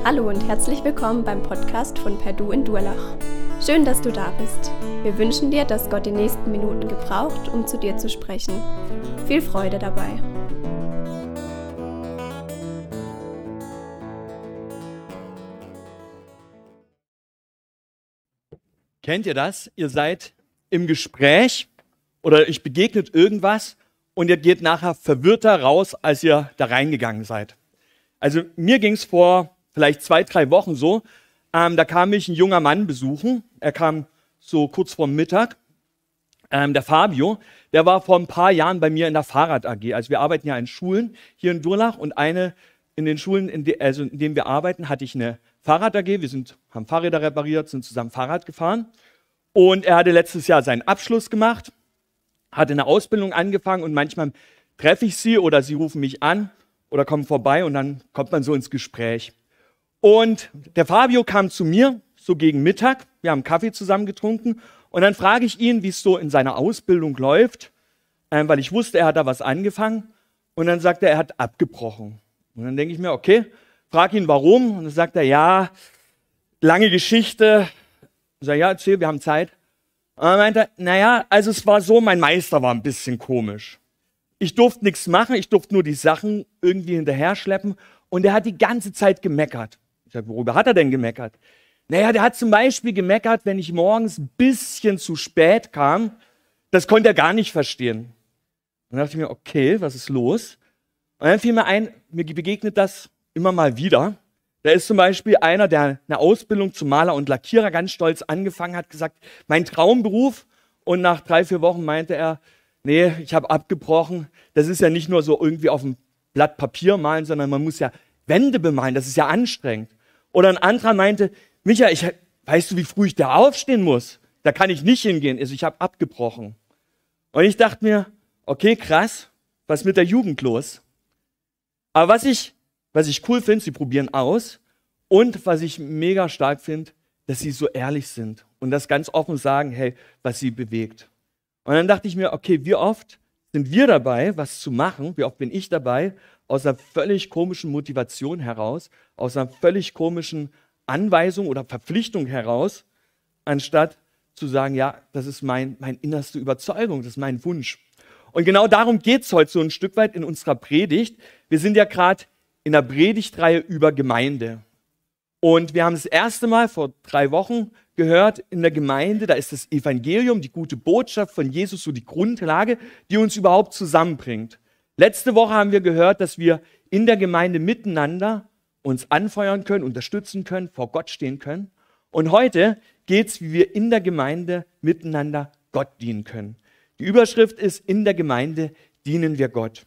Hallo und herzlich willkommen beim Podcast von Perdu in Durlach. Schön, dass du da bist. Wir wünschen dir, dass Gott die nächsten Minuten gebraucht, um zu dir zu sprechen. Viel Freude dabei. Kennt ihr das? Ihr seid im Gespräch oder euch begegnet irgendwas und ihr geht nachher verwirrter raus, als ihr da reingegangen seid. Also mir ging es vor vielleicht 2-3 Wochen so, da kam mich ein junger Mann besuchen. Er kam so kurz vorm Mittag. Der Fabio, der war vor ein paar Jahren bei mir in der Fahrrad AG. Also wir arbeiten ja in Schulen hier in Durlach und in den Schulen, in denen wir arbeiten, hatte ich eine Fahrrad AG. Wir haben Fahrräder repariert, sind zusammen Fahrrad gefahren. Und er hatte letztes Jahr seinen Abschluss gemacht, hatte eine Ausbildung angefangen und manchmal treffe ich sie oder sie rufen mich an oder kommen vorbei und dann kommt man so ins Gespräch. Und der Fabio kam zu mir, so gegen Mittag, wir haben Kaffee zusammen getrunken und dann frage ich ihn, wie es so in seiner Ausbildung läuft, weil ich wusste, er hat da was angefangen und dann sagt er hat abgebrochen. Und dann denke ich mir, okay, frage ihn warum und dann sagt er, ja, lange Geschichte. Ich sage, ja, erzähl, wir haben Zeit. Und dann meinte er, naja, also es war so, mein Meister war ein bisschen komisch. Ich durfte nichts machen, ich durfte nur die Sachen irgendwie hinterher schleppen und er hat die ganze Zeit gemeckert. Ich sage, worüber hat er denn gemeckert? Naja, der hat zum Beispiel gemeckert, wenn ich morgens ein bisschen zu spät kam. Das konnte er gar nicht verstehen. Dann dachte ich mir, okay, was ist los? Und dann fiel mir ein, mir begegnet das immer mal wieder. Da ist zum Beispiel einer, der eine Ausbildung zum Maler und Lackierer ganz stolz angefangen hat, gesagt, mein Traumberuf. Und nach 3-4 Wochen meinte er, nee, ich habe abgebrochen. Das ist ja nicht nur so irgendwie auf dem Blatt Papier malen, sondern man muss ja Wände bemalen. Das ist ja anstrengend. Oder ein anderer meinte, Micha, weißt du, wie früh ich da aufstehen muss? Da kann ich nicht hingehen. Also ich habe abgebrochen. Und ich dachte mir, okay, krass, was ist mit der Jugend los? Aber was ich cool finde, sie probieren aus. Und was ich mega stark finde, dass sie so ehrlich sind und das ganz offen sagen, hey, was sie bewegt. Und dann dachte ich mir, okay, wie oft sind wir dabei, was zu machen? Wie oft bin ich dabei, aus einer völlig komischen Motivation heraus, aus einer völlig komischen Anweisung oder Verpflichtung heraus, anstatt zu sagen, ja, das ist meine innerste Überzeugung, das ist mein Wunsch. Und genau darum geht es heute so ein Stück weit in unserer Predigt. Wir sind ja gerade in der Predigtreihe über Gemeinde. Und wir haben das erste Mal vor 3 Wochen gehört in der Gemeinde, da ist das Evangelium, die gute Botschaft von Jesus, so die Grundlage, die uns überhaupt zusammenbringt. Letzte Woche haben wir gehört, dass wir in der Gemeinde miteinander uns anfeuern können, unterstützen können, vor Gott stehen können. Und heute geht es, wie wir in der Gemeinde miteinander Gott dienen können. Die Überschrift ist, in der Gemeinde dienen wir Gott.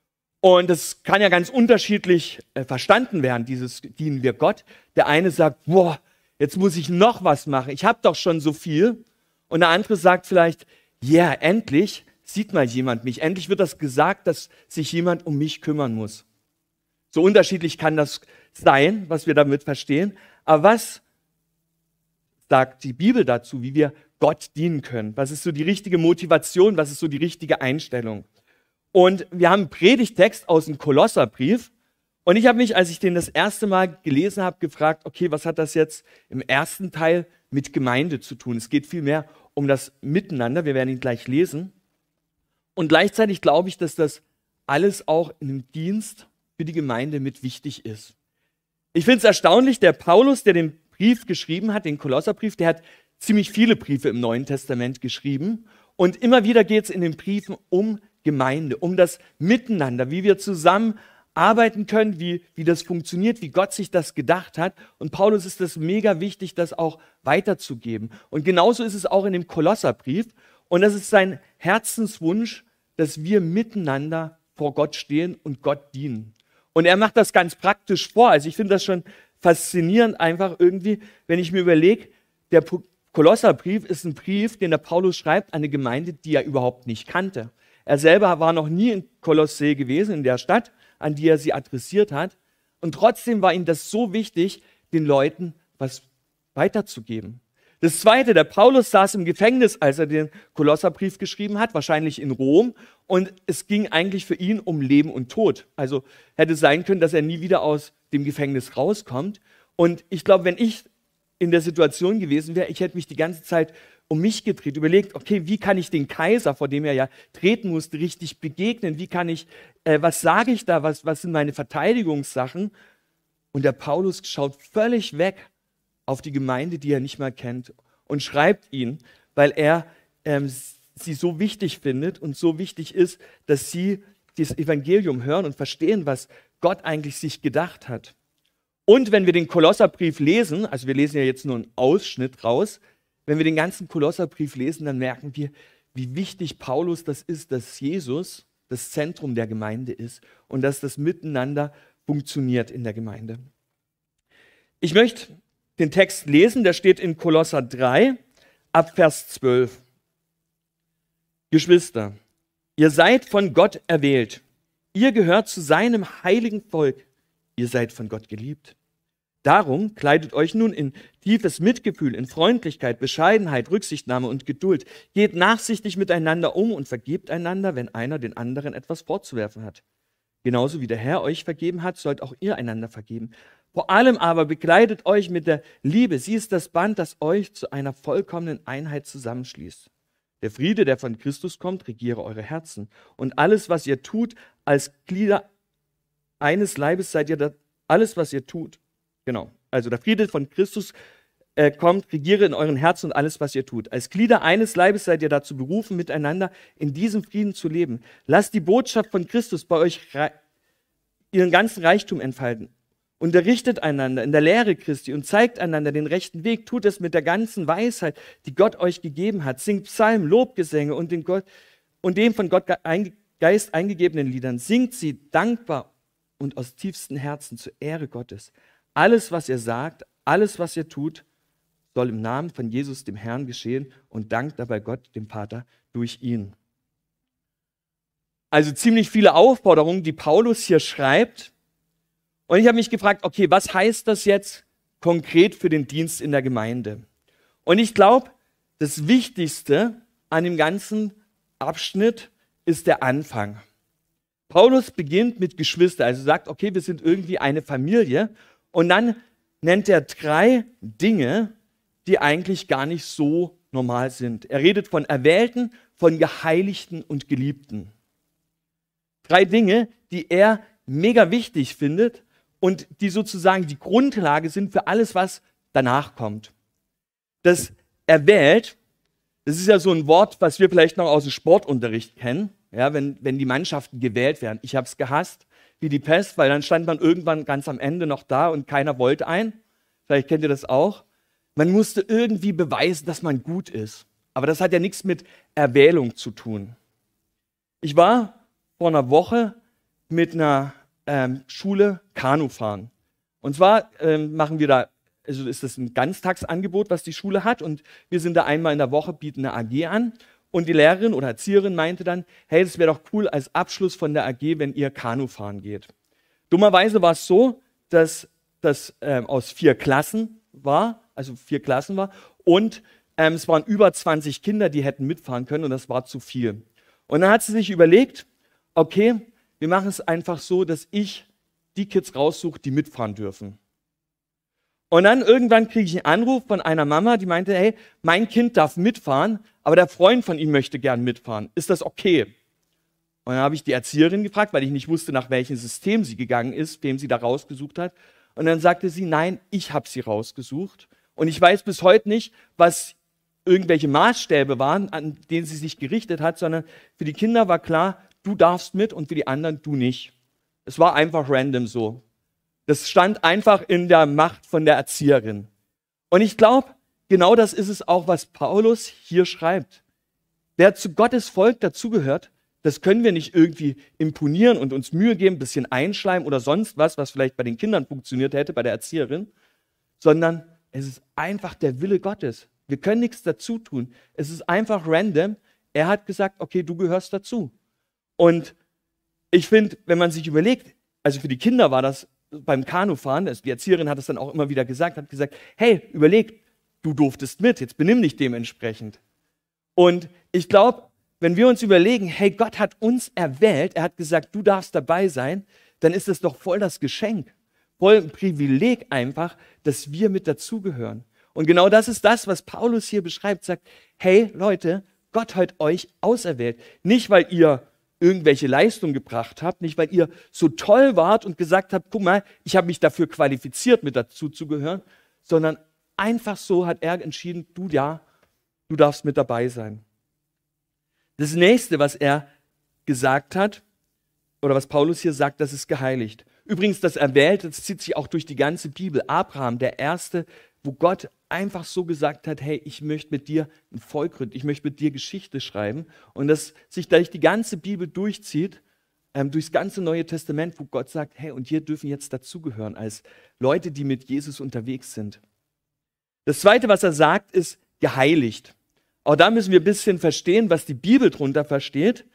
Und das kann ja ganz unterschiedlich verstanden werden, dieses dienen wir Gott. Der eine sagt, boah, jetzt muss ich noch was machen, ich habe doch schon so viel. Und der andere sagt vielleicht, ja, endlich sieht mal jemand mich, endlich wird das gesagt, dass sich jemand um mich kümmern muss. So unterschiedlich kann das sein, was wir damit verstehen. Aber was sagt die Bibel dazu, wie wir Gott dienen können? Was ist so die richtige Motivation, was ist so die richtige Einstellung? Und wir haben einen Predigtext aus dem Kolosserbrief. Und ich habe mich, als ich den das erste Mal gelesen habe, gefragt, okay, was hat das jetzt im ersten Teil mit Gemeinde zu tun? Es geht vielmehr um das Miteinander. Wir werden ihn gleich lesen. Und gleichzeitig glaube ich, dass das alles auch in einem Dienst für die Gemeinde mit wichtig ist. Ich finde es erstaunlich, der Paulus, der den Brief geschrieben hat, den Kolosserbrief, der hat ziemlich viele Briefe im Neuen Testament geschrieben. Und immer wieder geht es in den Briefen um Gemeinde, um das Miteinander, wie wir zusammen arbeiten können, wie das funktioniert, wie Gott sich das gedacht hat. Und Paulus ist das mega wichtig, das auch weiterzugeben. Und genauso ist es auch in dem Kolosserbrief. Und das ist sein Herzenswunsch, dass wir miteinander vor Gott stehen und Gott dienen. Und er macht das ganz praktisch vor. Also ich finde das schon faszinierend einfach irgendwie, wenn ich mir überlege, der Kolosserbrief ist ein Brief, den der Paulus schreibt an eine Gemeinde, die er überhaupt nicht kannte. Er selber war noch nie in Kolossä gewesen, in der Stadt, an die er sie adressiert hat. Und trotzdem war ihm das so wichtig, den Leuten was weiterzugeben. Das Zweite, der Paulus saß im Gefängnis, als er den Kolosserbrief geschrieben hat, wahrscheinlich in Rom. Und es ging eigentlich für ihn um Leben und Tod. Also hätte sein können, dass er nie wieder aus dem Gefängnis rauskommt. Und ich glaube, wenn ich in der Situation gewesen wäre, ich hätte mich die ganze Zeit um mich gedreht, überlegt, okay, wie kann ich den Kaiser, vor dem er ja treten musste, richtig begegnen? Wie kann ich, was sage ich da? Was sind meine Verteidigungssachen? Und der Paulus schaut völlig weg auf die Gemeinde, die er nicht mehr kennt, und schreibt ihnen, weil er sie so wichtig findet und so wichtig ist, dass sie das Evangelium hören und verstehen, was Gott eigentlich sich gedacht hat. Und wenn wir den Kolosserbrief lesen, also wir lesen ja jetzt nur einen Ausschnitt raus, wenn wir den ganzen Kolosserbrief lesen, dann merken wir, wie wichtig Paulus das ist, dass Jesus das Zentrum der Gemeinde ist und dass das Miteinander funktioniert in der Gemeinde. Ich möchte den Text lesen, der steht in Kolosser 3, ab Vers 12. Geschwister, ihr seid von Gott erwählt. Ihr gehört zu seinem heiligen Volk. Ihr seid von Gott geliebt. Darum kleidet euch nun in tiefes Mitgefühl, in Freundlichkeit, Bescheidenheit, Rücksichtnahme und Geduld. Geht nachsichtig miteinander um und vergebt einander, wenn einer den anderen etwas vorzuwerfen hat. Genauso wie der Herr euch vergeben hat, sollt auch ihr einander vergeben. Vor allem aber bekleidet euch mit der Liebe. Sie ist das Band, das euch zu einer vollkommenen Einheit zusammenschließt. Der Friede, der von Christus kommt, regiere eure Herzen. Und alles, was ihr tut, als Glieder eines Leibes seid ihr da, alles, was ihr tut. Genau, also der Friede von Christus kommt, regiere in euren Herzen und alles, was ihr tut. Als Glieder eines Leibes seid ihr dazu berufen, miteinander in diesem Frieden zu leben. Lasst die Botschaft von Christus bei euch ihren ganzen Reichtum entfalten. Unterrichtet einander in der Lehre Christi und zeigt einander den rechten Weg. Tut es mit der ganzen Weisheit, die Gott euch gegeben hat. Singt Psalmen, Lobgesänge und den von Gott Geist eingegebenen Liedern. Singt sie dankbar und aus tiefstem Herzen zur Ehre Gottes. Alles, was ihr sagt, alles, was ihr tut, soll im Namen von Jesus, dem Herrn, geschehen und dankt dabei Gott, dem Vater, durch ihn. Also ziemlich viele Aufforderungen, die Paulus hier schreibt. Und ich habe mich gefragt, okay, was heißt das jetzt konkret für den Dienst in der Gemeinde? Und ich glaube, das Wichtigste an dem ganzen Abschnitt ist der Anfang. Paulus beginnt mit Geschwister, also sagt, okay, wir sind irgendwie eine Familie. Und dann nennt er 3 Dinge, die eigentlich gar nicht so normal sind. Er redet von Erwählten, von Geheiligten und Geliebten. 3 Dinge, die er mega wichtig findet und die sozusagen die Grundlage sind für alles, was danach kommt. Das erwählt, das ist ja so ein Wort, was wir vielleicht noch aus dem Sportunterricht kennen, ja, wenn die Mannschaften gewählt werden. Ich habe es gehasst wie die Pest, weil dann stand man irgendwann ganz am Ende noch da und keiner wollte ein. Vielleicht kennt ihr das auch. Man musste irgendwie beweisen, dass man gut ist. Aber das hat ja nichts mit Erwählung zu tun. Ich war vor einer Woche mit einer Schule Kanu fahren. Und zwar machen wir da, also ist das ein Ganztagsangebot, was die Schule hat. Und wir sind da einmal in der Woche, bieten eine AG an. Und die Lehrerin oder Erzieherin meinte dann, hey, es wäre doch cool als Abschluss von der AG, wenn ihr Kanu fahren geht. Dummerweise war es so, dass das aus 4 Klassen war, und es waren über 20 Kinder, die hätten mitfahren können und das war zu viel. Und dann hat sie sich überlegt, okay, wir machen es einfach so, dass ich die Kids raussuche, die mitfahren dürfen. Und dann irgendwann kriege ich einen Anruf von einer Mama, die meinte, hey, mein Kind darf mitfahren, aber der Freund von ihm möchte gern mitfahren. Ist das okay? Und dann habe ich die Erzieherin gefragt, weil ich nicht wusste, nach welchem System sie gegangen ist, wem sie da rausgesucht hat. Und dann sagte sie, nein, ich habe sie rausgesucht. Und ich weiß bis heute nicht, was irgendwelche Maßstäbe waren, an denen sie sich gerichtet hat, sondern für die Kinder war klar, du darfst mit und für die anderen du nicht. Es war einfach random so. Das stand einfach in der Macht von der Erzieherin. Und ich glaube, genau das ist es auch, was Paulus hier schreibt. Wer zu Gottes Volk dazugehört, das können wir nicht irgendwie imponieren und uns Mühe geben, ein bisschen einschleimen oder sonst was, was vielleicht bei den Kindern funktioniert hätte, bei der Erzieherin, sondern es ist einfach der Wille Gottes. Wir können nichts dazu tun. Es ist einfach random. Er hat gesagt, okay, du gehörst dazu. Und ich finde, wenn man sich überlegt, also für die Kinder war das beim Kanufahren, also die Erzieherin hat es dann auch immer wieder gesagt, hat gesagt, hey, überleg, du durftest mit, jetzt benimm dich dementsprechend. Und ich glaube, wenn wir uns überlegen, hey, Gott hat uns erwählt, er hat gesagt, du darfst dabei sein, dann ist das doch voll das Geschenk. voll ein Privileg einfach, dass wir mit dazugehören. Und genau das ist das, was Paulus hier beschreibt, sagt, hey Leute, Gott hat euch auserwählt. Nicht, weil ihr irgendwelche Leistungen gebracht habt, nicht, weil ihr so toll wart und gesagt habt, guck mal, ich habe mich dafür qualifiziert, mit dazu zu gehören, sondern einfach so hat er entschieden, du darfst mit dabei sein. Das nächste, was er gesagt hat, oder was Paulus hier sagt, das ist geheiligt. Übrigens, das Erwählte, das zieht sich auch durch die ganze Bibel. Abraham, der Erste, wo Gott einfach so gesagt hat, hey, ich möchte mit dir ein Volk gründen, ich möchte mit dir Geschichte schreiben. Und das sich durch die ganze Bibel durchzieht, durchs ganze Neue Testament, wo Gott sagt, hey, und wir dürfen jetzt dazugehören als Leute, die mit Jesus unterwegs sind. Das Zweite, was er sagt, ist geheiligt. Auch da müssen wir ein bisschen verstehen, was die Bibel darunter versteht.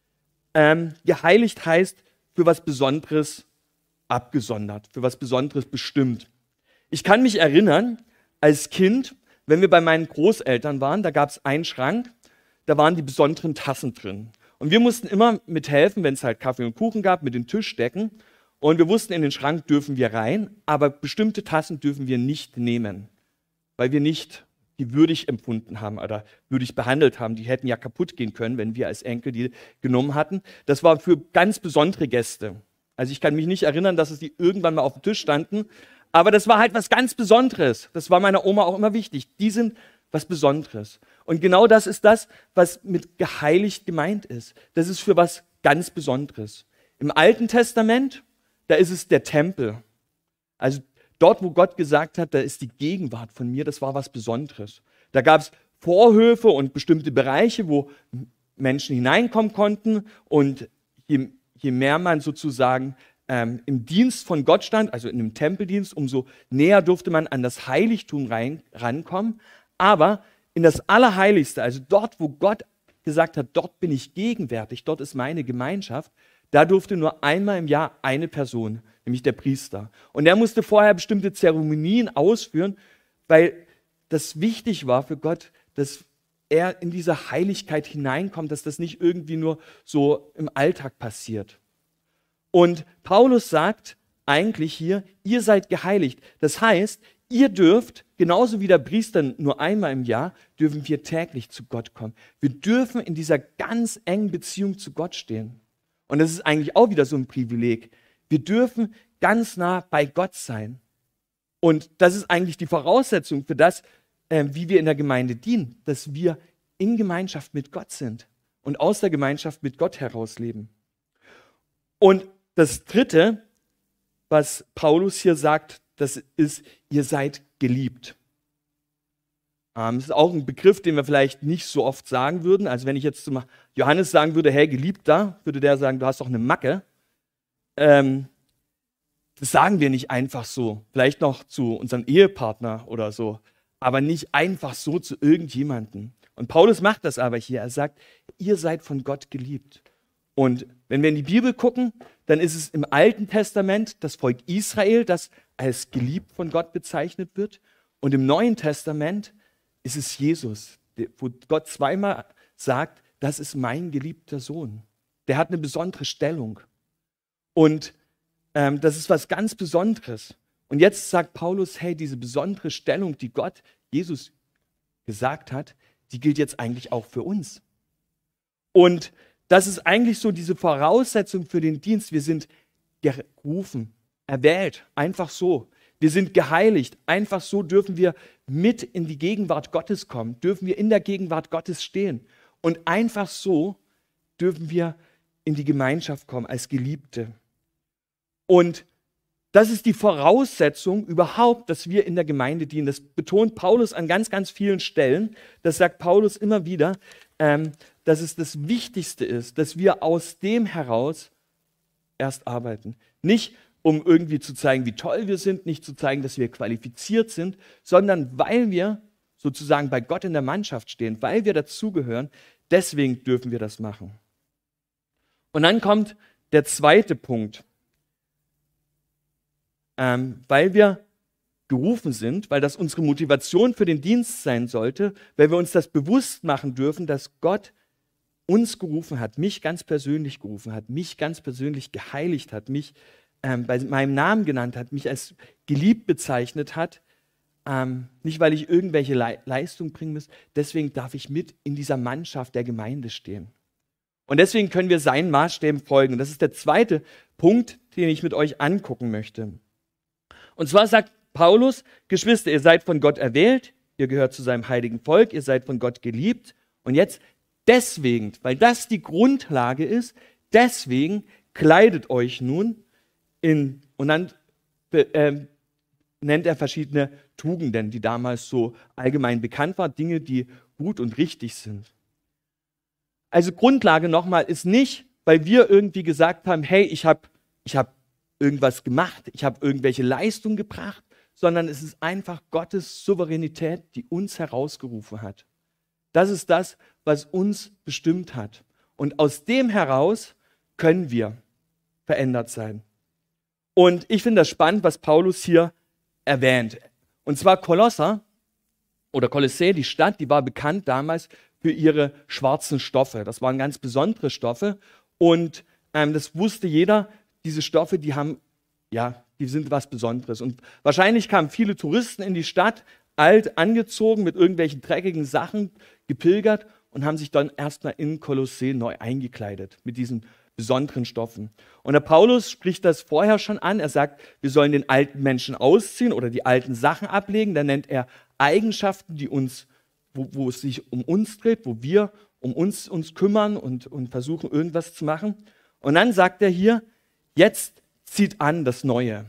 Geheiligt heißt für was Besonderes abgesondert, für was Besonderes bestimmt. Ich kann mich erinnern, als Kind, wenn wir bei meinen Großeltern waren, da gab es einen Schrank, da waren die besonderen Tassen drin. Und wir mussten immer mithelfen, wenn es halt Kaffee und Kuchen gab, mit den Tischdecken. Und wir wussten, in den Schrank dürfen wir rein, aber bestimmte Tassen dürfen wir nicht nehmen, weil wir nicht die würdig empfunden haben oder würdig behandelt haben. Die hätten ja kaputt gehen können, wenn wir als Enkel die genommen hatten. Das war für ganz besondere Gäste. Also ich kann mich nicht erinnern, dass es die irgendwann mal auf dem Tisch standen, aber das war halt was ganz Besonderes. Das war meiner Oma auch immer wichtig. Die sind was Besonderes. Und genau das ist das, was mit geheiligt gemeint ist. Das ist für was ganz Besonderes. Im Alten Testament, da ist es der Tempel. Also dort, wo Gott gesagt hat, da ist die Gegenwart von mir, das war was Besonderes. Da gab es Vorhöfe und bestimmte Bereiche, wo Menschen hineinkommen konnten. Und je mehr man sozusagen im Dienst von Gott stand, also in einem Tempeldienst, umso näher durfte man an das Heiligtum rankommen. Aber in das Allerheiligste, also dort, wo Gott gesagt hat, dort bin ich gegenwärtig, dort ist meine Gemeinschaft, da durfte nur einmal im Jahr eine Person, nämlich der Priester. Und er musste vorher bestimmte Zeremonien ausführen, weil das wichtig war für Gott, dass er in diese Heiligkeit hineinkommt, dass das nicht irgendwie nur so im Alltag passiert. Und Paulus sagt eigentlich hier, ihr seid geheiligt. Das heißt, ihr dürft, genauso wie der Priester nur einmal im Jahr, dürfen wir täglich zu Gott kommen. Wir dürfen in dieser ganz engen Beziehung zu Gott stehen. Und das ist eigentlich auch wieder so ein Privileg. Wir dürfen ganz nah bei Gott sein. Und das ist eigentlich die Voraussetzung für das, wie wir in der Gemeinde dienen, dass wir in Gemeinschaft mit Gott sind und aus der Gemeinschaft mit Gott heraus leben. Und das Dritte, was Paulus hier sagt, das ist, ihr seid geliebt. Das ist auch ein Begriff, den wir vielleicht nicht so oft sagen würden. Also wenn ich jetzt zum Johannes sagen würde, hey Geliebter, würde der sagen, du hast doch eine Macke. Das sagen wir nicht einfach so. Vielleicht noch zu unserem Ehepartner oder so. Aber nicht einfach so zu irgendjemandem. Und Paulus macht das aber hier. Er sagt, ihr seid von Gott geliebt. Und wenn wir in die Bibel gucken, dann ist es im Alten Testament das Volk Israel, das als geliebt von Gott bezeichnet wird. Und im Neuen Testament ist es Jesus, wo Gott zweimal sagt, das ist mein geliebter Sohn. Der hat eine besondere Stellung. Und das ist was ganz Besonderes. Und jetzt sagt Paulus, hey, diese besondere Stellung, die Gott Jesus gesagt hat, die gilt jetzt eigentlich auch für uns. Und das ist eigentlich so diese Voraussetzung für den Dienst. Wir sind gerufen, erwählt, einfach so. Wir sind geheiligt, einfach so dürfen wir mit in die Gegenwart Gottes kommen, dürfen wir in der Gegenwart Gottes stehen. Und einfach so dürfen wir in die Gemeinschaft kommen als Geliebte. Und das ist die Voraussetzung überhaupt, dass wir in der Gemeinde dienen. Das betont Paulus an ganz, ganz vielen Stellen. Das sagt Paulus immer wieder, dass es das Wichtigste ist, dass wir aus dem heraus erst arbeiten. Nicht, um irgendwie zu zeigen, wie toll wir sind, nicht zu zeigen, dass wir qualifiziert sind, sondern weil wir sozusagen bei Gott in der Mannschaft stehen, weil wir dazugehören, deswegen dürfen wir das machen. Und dann kommt der zweite Punkt. Weil wir gerufen sind, weil das unsere Motivation für den Dienst sein sollte, weil wir uns das bewusst machen dürfen, dass Gott uns gerufen hat, mich ganz persönlich gerufen hat, mich ganz persönlich geheiligt hat, mich bei meinem Namen genannt hat, mich als geliebt bezeichnet hat, nicht weil ich irgendwelche Leistung bringen muss, deswegen darf ich mit in dieser Mannschaft der Gemeinde stehen. Und deswegen können wir seinen Maßstäben folgen. Das ist der zweite Punkt, den ich mit euch angucken möchte. Und zwar sagt Paulus, Geschwister, ihr seid von Gott erwählt, ihr gehört zu seinem heiligen Volk, ihr seid von Gott geliebt. Und jetzt deswegen, weil das die Grundlage ist, deswegen kleidet euch nun und dann nennt er verschiedene Tugenden, die damals so allgemein bekannt waren, Dinge, die gut und richtig sind. Also Grundlage nochmal ist nicht, weil wir irgendwie gesagt haben, hey, ich hab irgendwas gemacht, ich habe irgendwelche Leistungen gebracht, sondern es ist einfach Gottes Souveränität, die uns herausgerufen hat. Das ist das, was uns bestimmt hat. Und aus dem heraus können wir verändert sein. Und ich finde das spannend, was Paulus hier erwähnt. Und zwar Kolosser oder Kolossä, die Stadt, die war bekannt damals für ihre schwarzen Stoffe. Das waren ganz besondere Stoffe. Und das wusste jeder, diese Stoffe, die sind was Besonderes. Und wahrscheinlich kamen viele Touristen in die Stadt, alt angezogen, mit irgendwelchen dreckigen Sachen gepilgert und haben sich dann erstmal in Kolossä neu eingekleidet mit diesen besonderen Stoffen. Und der Paulus spricht das vorher schon an. Er sagt, wir sollen den alten Menschen ausziehen oder die alten Sachen ablegen. Da nennt er Eigenschaften, die wo es sich um uns dreht, wo wir um uns kümmern und versuchen, irgendwas zu machen. Und dann sagt er hier, jetzt zieht an das Neue.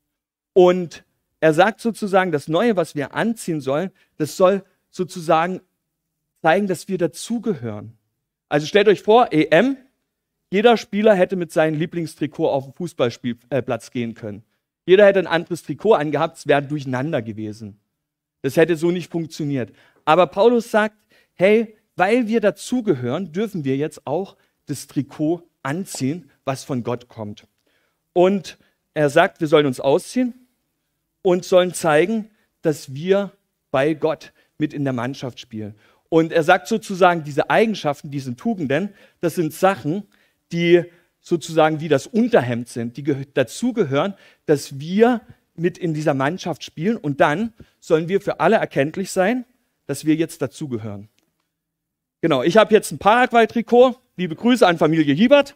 Und er sagt sozusagen, das Neue, was wir anziehen sollen, das soll sozusagen zeigen, dass wir dazugehören. Also stellt euch vor, EM, jeder Spieler hätte mit seinem Lieblingstrikot auf den Fußballspielplatz gehen können. Jeder hätte ein anderes Trikot angehabt, es wäre durcheinander gewesen. Das hätte so nicht funktioniert. Aber Paulus sagt, hey, weil wir dazugehören, dürfen wir jetzt auch das Trikot anziehen, was von Gott kommt. Und er sagt, wir sollen uns ausziehen und sollen zeigen, dass wir bei Gott mit in der Mannschaft spielen. Und er sagt sozusagen, diese Eigenschaften, diese Tugenden, das sind Sachen, die sozusagen wie das Unterhemd sind, die dazugehören, dass wir mit in dieser Mannschaft spielen. Und dann sollen wir für alle erkenntlich sein, dass wir jetzt dazugehören. Genau, ich habe jetzt ein Paraguay-Trikot. Liebe Grüße an Familie Hiebert.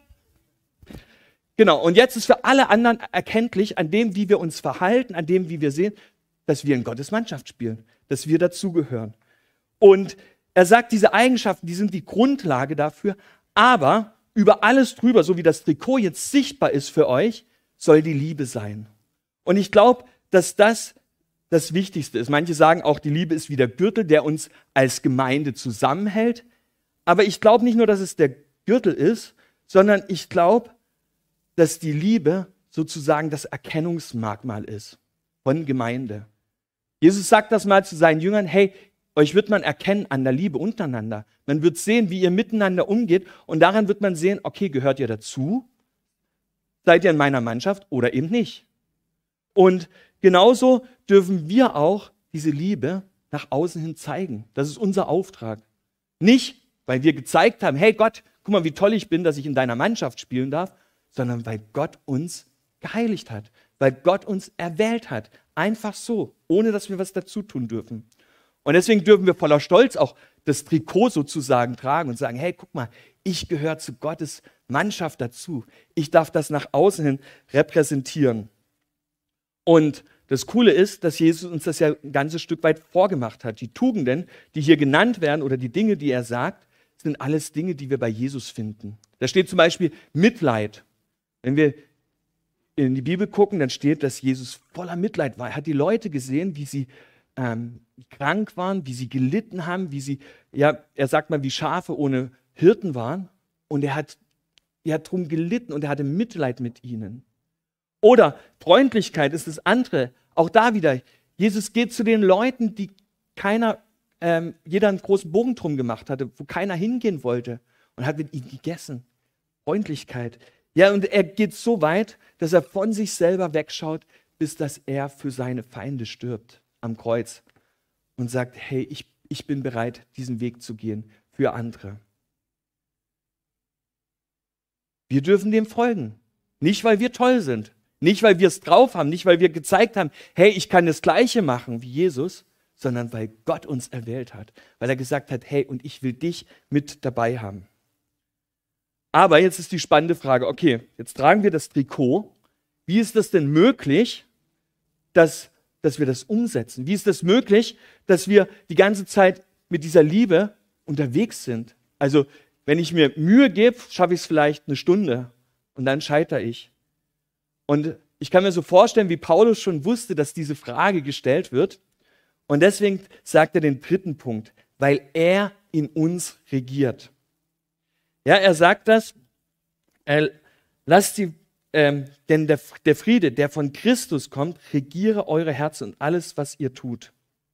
Genau, und jetzt ist für alle anderen erkenntlich, an dem, wie wir uns verhalten, an dem, wie wir sehen, dass wir in Gottes Mannschaft spielen, dass wir dazugehören. Und er sagt, diese Eigenschaften, die sind die Grundlage dafür, aber über alles drüber, so wie das Trikot jetzt sichtbar ist für euch, soll die Liebe sein. Und ich glaube, dass das das Wichtigste ist. Manche sagen auch, die Liebe ist wie der Gürtel, der uns als Gemeinde zusammenhält. Aber ich glaube nicht nur, dass es der Gürtel ist, sondern ich glaube, dass die Liebe sozusagen das Erkennungsmerkmal ist von Gemeinde. Jesus sagt das mal zu seinen Jüngern, hey, euch wird man erkennen an der Liebe untereinander. Man wird sehen, wie ihr miteinander umgeht und daran wird man sehen, okay, gehört ihr dazu? Seid ihr in meiner Mannschaft oder eben nicht? Und genauso dürfen wir auch diese Liebe nach außen hin zeigen. Das ist unser Auftrag. Nicht, weil wir gezeigt haben, hey Gott, guck mal, wie toll ich bin, dass ich in deiner Mannschaft spielen darf, sondern weil Gott uns geheiligt hat, weil Gott uns erwählt hat. Einfach so, ohne dass wir was dazu tun dürfen. Und deswegen dürfen wir voller Stolz auch das Trikot sozusagen tragen und sagen, hey, guck mal, ich gehöre zu Gottes Mannschaft dazu. Ich darf das nach außen hin repräsentieren. Und das Coole ist, dass Jesus uns das ja ein ganzes Stück weit vorgemacht hat. Die Tugenden, die hier genannt werden oder die Dinge, die er sagt, sind alles Dinge, die wir bei Jesus finden. Da steht zum Beispiel Mitleid. Wenn wir in die Bibel gucken, dann steht, dass Jesus voller Mitleid war. Er hat die Leute gesehen, wie sie krank waren, wie sie gelitten haben, wie sie, ja, er sagt mal, wie Schafe ohne Hirten waren. Und er hat drum gelitten und er hatte Mitleid mit ihnen. Oder Freundlichkeit ist das andere. Auch da wieder, Jesus geht zu den Leuten, die jeder einen großen Bogen drum gemacht hatte, wo keiner hingehen wollte und hat mit ihnen gegessen. Freundlichkeit. Ja, und er geht so weit, dass er von sich selber wegschaut, bis dass er für seine Feinde stirbt am Kreuz und sagt, hey, ich bin bereit, diesen Weg zu gehen für andere. Wir dürfen dem folgen. Nicht, weil wir toll sind. Nicht, weil wir es drauf haben, nicht, weil wir gezeigt haben, hey, ich kann das Gleiche machen wie Jesus, sondern weil Gott uns erwählt hat. Weil er gesagt hat, hey, und ich will dich mit dabei haben. Aber jetzt ist die spannende Frage, okay, jetzt tragen wir das Trikot. Wie ist das denn möglich, dass wir das umsetzen? Wie ist das möglich, dass wir die ganze Zeit mit dieser Liebe unterwegs sind? Also, wenn ich mir Mühe gebe, schaffe ich es vielleicht eine Stunde und dann scheitere ich. Und ich kann mir so vorstellen, wie Paulus schon wusste, dass diese Frage gestellt wird. Und deswegen sagt er den dritten Punkt, weil er in uns regiert. Ja, er sagt das, denn der Friede, der von Christus kommt, regiere eure Herzen und alles, was ihr tut.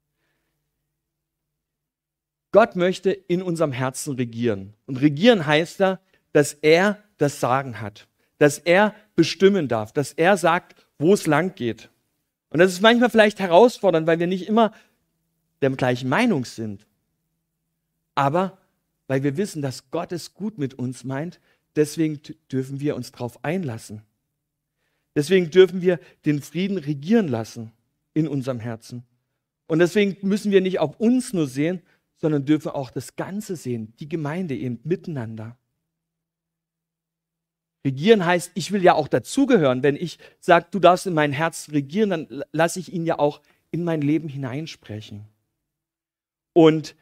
Gott möchte in unserem Herzen regieren. Und regieren heißt da, dass er das Sagen hat, dass er bestimmen darf, dass er sagt, wo es lang geht. Und das ist manchmal vielleicht herausfordernd, weil wir nicht immer der gleichen Meinung sind. Aber weil wir wissen, dass Gott es gut mit uns meint, deswegen dürfen wir uns darauf einlassen. Deswegen dürfen wir den Frieden regieren lassen in unserem Herzen. Und deswegen müssen wir nicht auf uns nur sehen, sondern dürfen auch das Ganze sehen, die Gemeinde eben miteinander. Regieren heißt, ich will ja auch dazugehören. Wenn ich sage, du darfst in mein Herz regieren, dann lasse ich ihn ja auch in mein Leben hineinsprechen. Und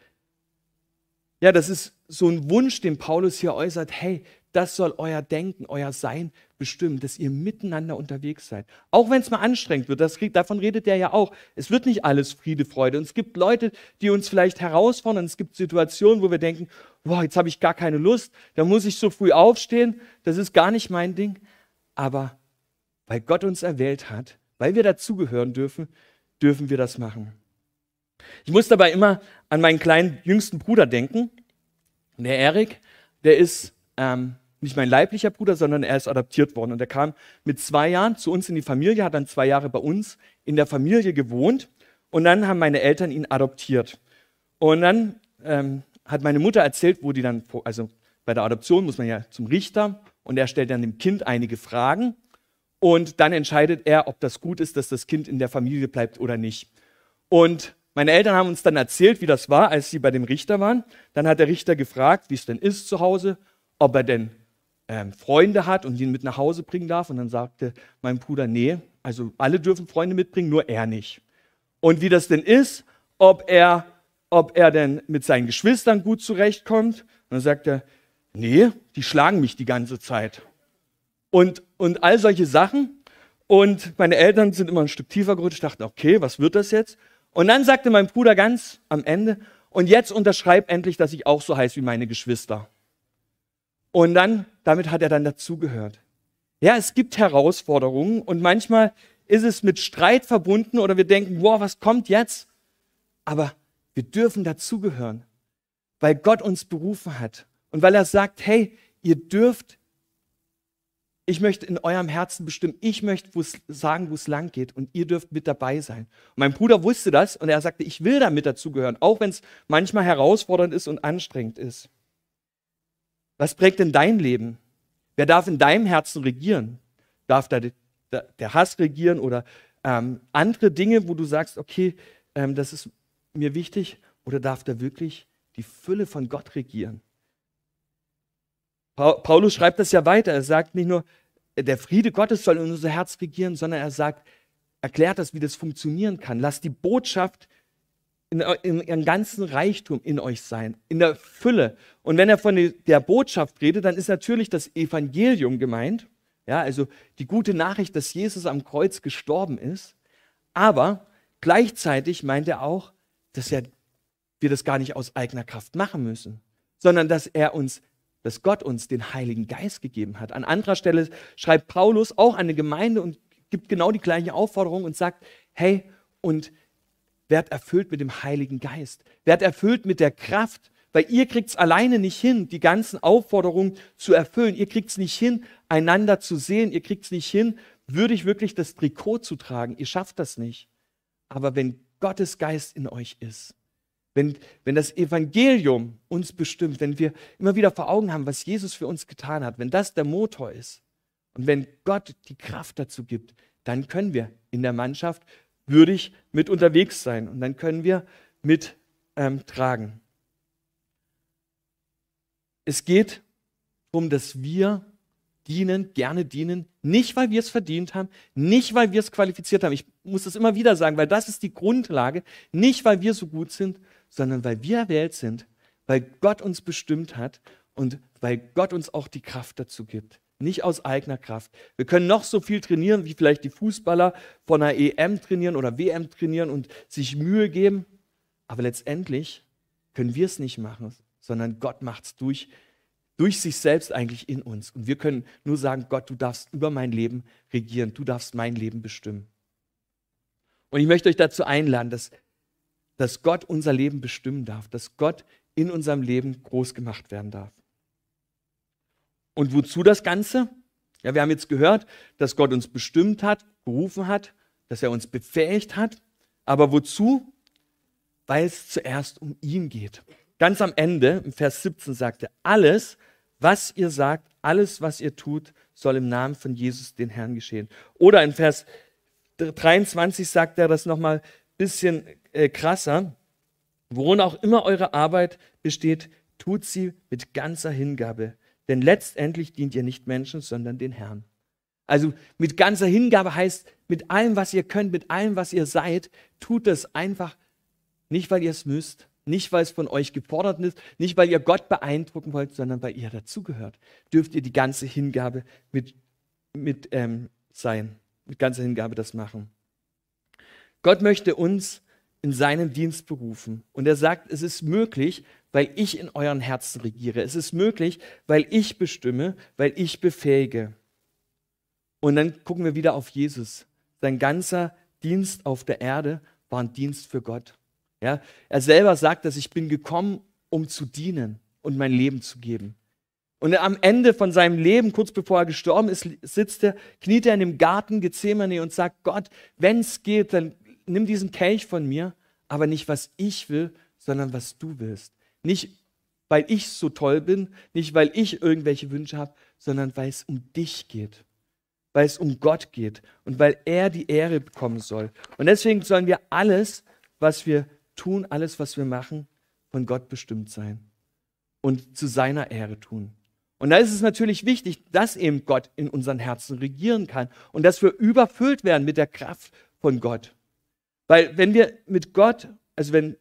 ja, das ist so ein Wunsch, den Paulus hier äußert. Hey, das soll euer Denken, euer Sein bestimmen, dass ihr miteinander unterwegs seid. Auch wenn es mal anstrengend wird, davon redet er ja auch. Es wird nicht alles Friede, Freude. Und es gibt Leute, die uns vielleicht herausfordern. Es gibt Situationen, wo wir denken, boah, jetzt habe ich gar keine Lust, da muss ich so früh aufstehen, das ist gar nicht mein Ding. Aber weil Gott uns erwählt hat, weil wir dazugehören dürfen, dürfen wir das machen. Ich muss dabei immer an meinen kleinen jüngsten Bruder denken. Der Erik, der ist nicht mein leiblicher Bruder, sondern er ist adoptiert worden. Und er kam mit 2 Jahren zu uns in die Familie, hat dann 2 Jahre bei uns in der Familie gewohnt. Und dann haben meine Eltern ihn adoptiert. Und dann hat meine Mutter erzählt, wo die dann, also bei der Adoption muss man ja zum Richter und er stellt dann dem Kind einige Fragen. Und dann entscheidet er, ob das gut ist, dass das Kind in der Familie bleibt oder nicht. Und meine Eltern haben uns dann erzählt, wie das war, als sie bei dem Richter waren. Dann hat der Richter gefragt, wie es denn ist zu Hause, ob er denn Freunde hat und ihn mit nach Hause bringen darf. Und dann sagte mein Bruder, nee, also alle dürfen Freunde mitbringen, nur er nicht. Und wie das denn ist, ob er denn mit seinen Und gut zurechtkommt. Und dann sagt er, nee, die schlagen mich die ganze Zeit. Und all solche Sachen. Und meine Eltern sind immer ein Stück tiefer gerutscht, dachten, okay, was wird das jetzt? Und dann sagte mein Bruder ganz am Ende, und jetzt unterschreib endlich, dass ich auch so heiße wie meine Geschwister. Und damit hat er dann dazugehört. Ja, es gibt Herausforderungen und manchmal ist es mit Streit verbunden oder wir denken, wow, was kommt jetzt? Aber wir dürfen dazugehören, weil Gott uns berufen hat und weil er sagt, hey, ihr dürft, ich möchte in eurem Herzen bestimmen, ich möchte sagen, wo es lang geht und ihr dürft mit dabei sein. Und mein Bruder wusste das und er sagte, ich will da mit dazugehören, auch wenn es manchmal herausfordernd ist und anstrengend ist. Was prägt denn dein Leben? Wer darf in deinem Herzen regieren? Darf da der Hass regieren oder andere Dinge, wo du sagst, okay, das ist mir wichtig, oder darf da wirklich die Fülle von Gott regieren? Paulus schreibt das ja weiter. Er sagt nicht nur, der Friede Gottes soll in unser Herz regieren, sondern er sagt, erklärt das, wie das funktionieren kann. Lasst die Botschaft in ihrem ganzen Reichtum in euch sein, in der Fülle. Und wenn er von der Botschaft redet, dann ist natürlich das Evangelium gemeint, ja, also die gute Nachricht, dass Jesus am Kreuz gestorben ist. Aber gleichzeitig meint er auch, dass wir das gar nicht aus eigener Kraft machen müssen, sondern dass Gott uns den Heiligen Geist gegeben hat. An anderer Stelle schreibt Paulus auch an eine Gemeinde und gibt genau die gleiche Aufforderung und sagt, hey, und werd erfüllt mit dem Heiligen Geist. Werd erfüllt mit der Kraft, weil ihr kriegt es alleine nicht hin, die ganzen Aufforderungen zu erfüllen. Ihr kriegt es nicht hin, einander zu sehen. Ihr kriegt es nicht hin, würdig wirklich das Trikot zu tragen. Ihr schafft das nicht. Aber wenn Gottes Geist in euch ist, wenn das Evangelium uns bestimmt, wenn wir immer wieder vor Augen haben, was Jesus für uns getan hat, wenn das der Motor ist Und wenn Gott die Kraft dazu gibt, dann können wir in der Mannschaft würdig mit unterwegs sein und dann können wir mit tragen. Es geht darum, dass wir gerne dienen, nicht weil wir es verdient haben, nicht weil wir es qualifiziert haben. Ich muss das immer wieder sagen, weil das ist die Grundlage, nicht weil wir so gut sind, sondern weil wir erwählt sind, weil Gott uns bestimmt hat und weil Gott uns auch die Kraft dazu gibt. Nicht aus eigener Kraft. Wir können noch so viel trainieren, wie vielleicht die Fußballer von einer EM trainieren oder WM trainieren und sich Mühe geben. Aber letztendlich können wir es nicht machen, sondern Gott macht es durch sich selbst eigentlich in uns. Und wir können nur sagen, Gott, du darfst über mein Leben regieren, du darfst mein Leben bestimmen. Und ich möchte euch dazu einladen, dass Gott unser Leben bestimmen darf, dass Gott in unserem Leben groß gemacht werden darf. Und wozu das Ganze? Ja, wir haben jetzt gehört, dass Gott uns bestimmt hat, berufen hat, dass er uns befähigt hat. Aber wozu? Weil es zuerst um ihn geht. Ganz am Ende, im Vers 17 sagt er, alles, was ihr sagt, alles, was ihr tut, soll im Namen von Jesus, den Herrn, geschehen. Oder in Vers 23 sagt er das nochmal ein bisschen krasser. Worin auch immer eure Arbeit besteht, tut sie mit ganzer Hingabe. Denn letztendlich dient ihr nicht Menschen, sondern den Herrn. Also mit ganzer Hingabe heißt, mit allem, was ihr könnt, mit allem, was ihr seid, tut es einfach nicht, weil ihr es müsst, nicht, weil es von euch gefordert ist, nicht, weil ihr Gott beeindrucken wollt, sondern weil ihr dazugehört. Dürft ihr die ganze Hingabe mit ganzer Hingabe das machen. Gott möchte uns in seinen Dienst berufen. Und er sagt, es ist möglich, weil ich in euren Herzen regiere. Es ist möglich, weil ich bestimme, weil ich befähige. Und dann gucken wir wieder auf Jesus. Sein ganzer Dienst auf der Erde war ein Dienst für Gott. Ja, er selber sagt, dass ich bin gekommen, um zu dienen und mein Leben zu geben. Und am Ende von seinem Leben, kurz bevor er gestorben ist, kniet er in dem Garten Gethsemane und sagt, Gott, wenn es geht, dann nimm diesen Kelch von mir, aber nicht, was ich will, sondern was du willst. Nicht, weil ich so toll bin, nicht, weil ich irgendwelche Wünsche habe, sondern weil es um dich geht, weil es um Gott geht und weil er die Ehre bekommen soll. Und deswegen sollen wir alles, was wir tun, alles, was wir machen, von Gott bestimmt sein und zu seiner Ehre tun. Und da ist es natürlich wichtig, dass eben Gott in unseren Herzen regieren kann und dass wir überfüllt werden mit der Kraft von Gott. Weil wenn wir mit Gott, also wenn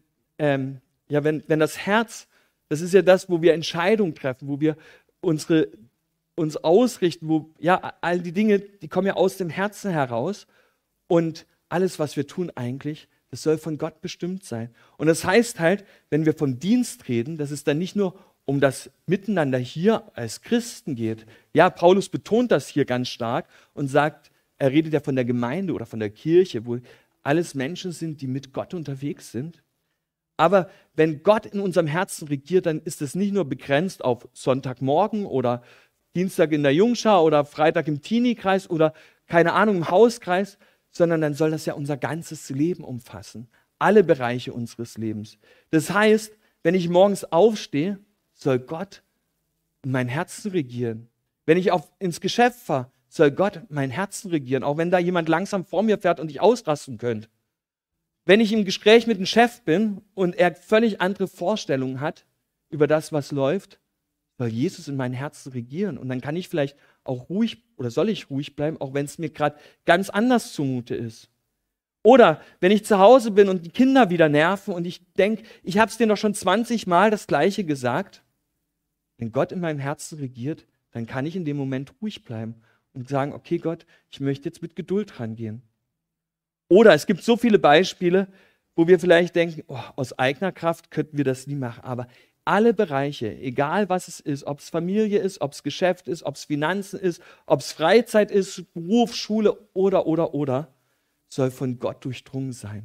das Herz, das ist ja das, wo wir Entscheidungen treffen, wo wir uns ausrichten, wo all die Dinge, die kommen ja aus dem Herzen heraus und alles, was wir tun eigentlich, das soll von Gott bestimmt sein. Und das heißt halt, wenn wir vom Dienst reden, dass es dann nicht nur um das Miteinander hier als Christen geht. Ja, Paulus betont das hier ganz stark und sagt, er redet ja von der Gemeinde oder von der Kirche, wo alles Menschen sind, die mit Gott unterwegs sind. Aber wenn Gott in unserem Herzen regiert, dann ist es nicht nur begrenzt auf Sonntagmorgen oder Dienstag in der Jungschar oder Freitag im Teenie-Kreis oder keine Ahnung im Hauskreis, sondern dann soll das ja unser ganzes Leben umfassen. Alle Bereiche unseres Lebens. Das heißt, wenn ich morgens aufstehe, soll Gott mein Herzen regieren. Wenn ich ins Geschäft fahre, soll Gott mein Herzen regieren, auch wenn da jemand langsam vor mir fährt und ich ausrasten könnte. Wenn ich im Gespräch mit dem Chef bin und er völlig andere Vorstellungen hat über das, was läuft, soll Jesus in meinem Herzen regieren. Und dann kann ich vielleicht auch ruhig oder soll ich ruhig bleiben, auch wenn es mir gerade ganz anders zumute ist. Oder wenn ich zu Hause bin und die Kinder wieder nerven und ich denke, ich habe es denen doch schon 20 Mal das Gleiche gesagt. Wenn Gott in meinem Herzen regiert, dann kann ich in dem Moment ruhig bleiben und sagen, okay Gott, ich möchte jetzt mit Geduld rangehen. Oder es gibt so viele Beispiele, wo wir vielleicht denken, aus eigener Kraft könnten wir das nie machen. Aber alle Bereiche, egal was es ist, ob es Familie ist, ob es Geschäft ist, ob es Finanzen ist, ob es Freizeit ist, Beruf, Schule oder, soll von Gott durchdrungen sein.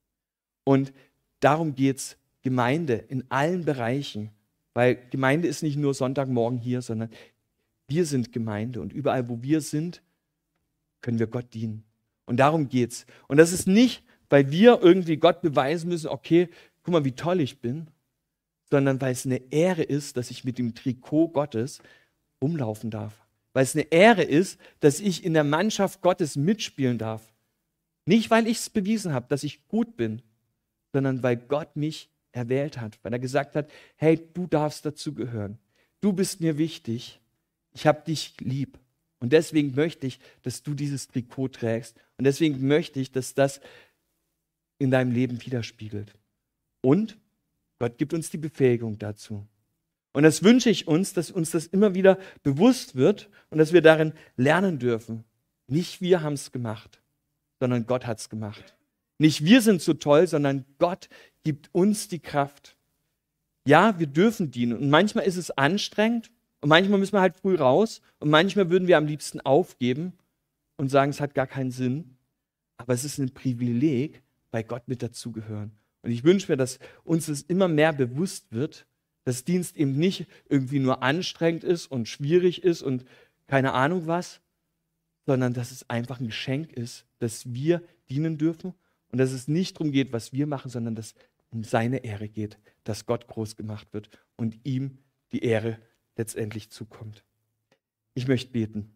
Und darum geht es, Gemeinde in allen Bereichen. Weil Gemeinde ist nicht nur Sonntagmorgen hier, sondern wir sind Gemeinde. Und überall, wo wir sind, können wir Gott dienen. Und darum geht's. Und das ist nicht, weil wir irgendwie Gott beweisen müssen, okay, guck mal, wie toll ich bin, sondern weil es eine Ehre ist, dass ich mit dem Trikot Gottes rumlaufen darf. weil es eine Ehre ist, dass ich in der Mannschaft Gottes mitspielen darf. Nicht, weil ich es bewiesen habe, dass ich gut bin, sondern weil Gott mich erwählt hat, weil er gesagt hat, hey, du darfst dazugehören. Du bist mir wichtig. Ich habe dich lieb. Und deswegen möchte ich, dass du dieses Trikot trägst. Und deswegen möchte ich, dass das in deinem Leben widerspiegelt. Und Gott gibt uns die Befähigung dazu. Und das wünsche ich uns, dass uns das immer wieder bewusst wird und dass wir darin lernen dürfen. Nicht wir haben es gemacht, sondern Gott hat es gemacht. Nicht wir sind so toll, sondern Gott gibt uns die Kraft. Ja, wir dürfen dienen. Und manchmal ist es anstrengend und manchmal müssen wir halt früh raus und manchmal würden wir am liebsten aufgeben und sagen, es hat gar keinen Sinn. Aber es ist ein Privileg, bei Gott mit dazugehören. Und ich wünsche mir, dass uns das immer mehr bewusst wird, dass Dienst eben nicht irgendwie nur anstrengend ist und schwierig ist und keine Ahnung was, sondern dass es einfach ein Geschenk ist, dass wir dienen dürfen und dass es nicht darum geht, was wir machen, sondern dass es um seine Ehre geht, dass Gott groß gemacht wird und ihm die Ehre letztendlich zukommt. Ich möchte beten.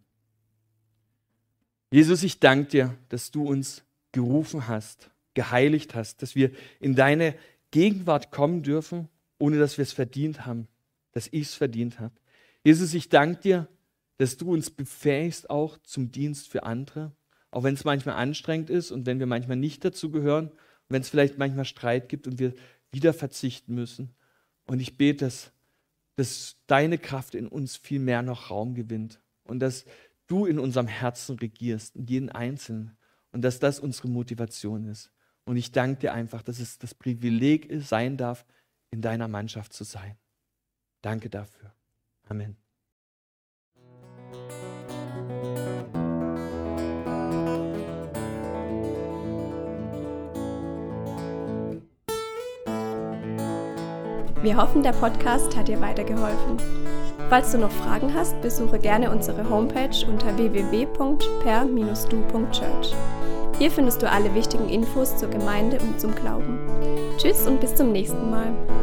Jesus, ich danke dir, dass du uns gerufen hast, geheiligt hast, dass wir in deine Gegenwart kommen dürfen, ohne dass wir es verdient haben, dass ich es verdient habe. Jesus, ich danke dir, dass du uns befähigst auch zum Dienst für andere, auch wenn es manchmal anstrengend ist und wenn wir manchmal nicht dazu gehören, wenn es vielleicht manchmal Streit gibt und wir wieder verzichten müssen. Und ich bete, dass deine Kraft in uns viel mehr noch Raum gewinnt und dass du in unserem Herzen regierst, in jeden Einzelnen und dass das unsere Motivation ist. Und ich danke dir einfach, dass es das Privileg sein darf, in deiner Mannschaft zu sein. Danke dafür. Amen. Wir hoffen, der Podcast hat dir weitergeholfen. Falls du noch Fragen hast, besuche gerne unsere Homepage unter www.per-du.church. Hier findest du alle wichtigen Infos zur Gemeinde und zum Glauben. Tschüss und bis zum nächsten Mal.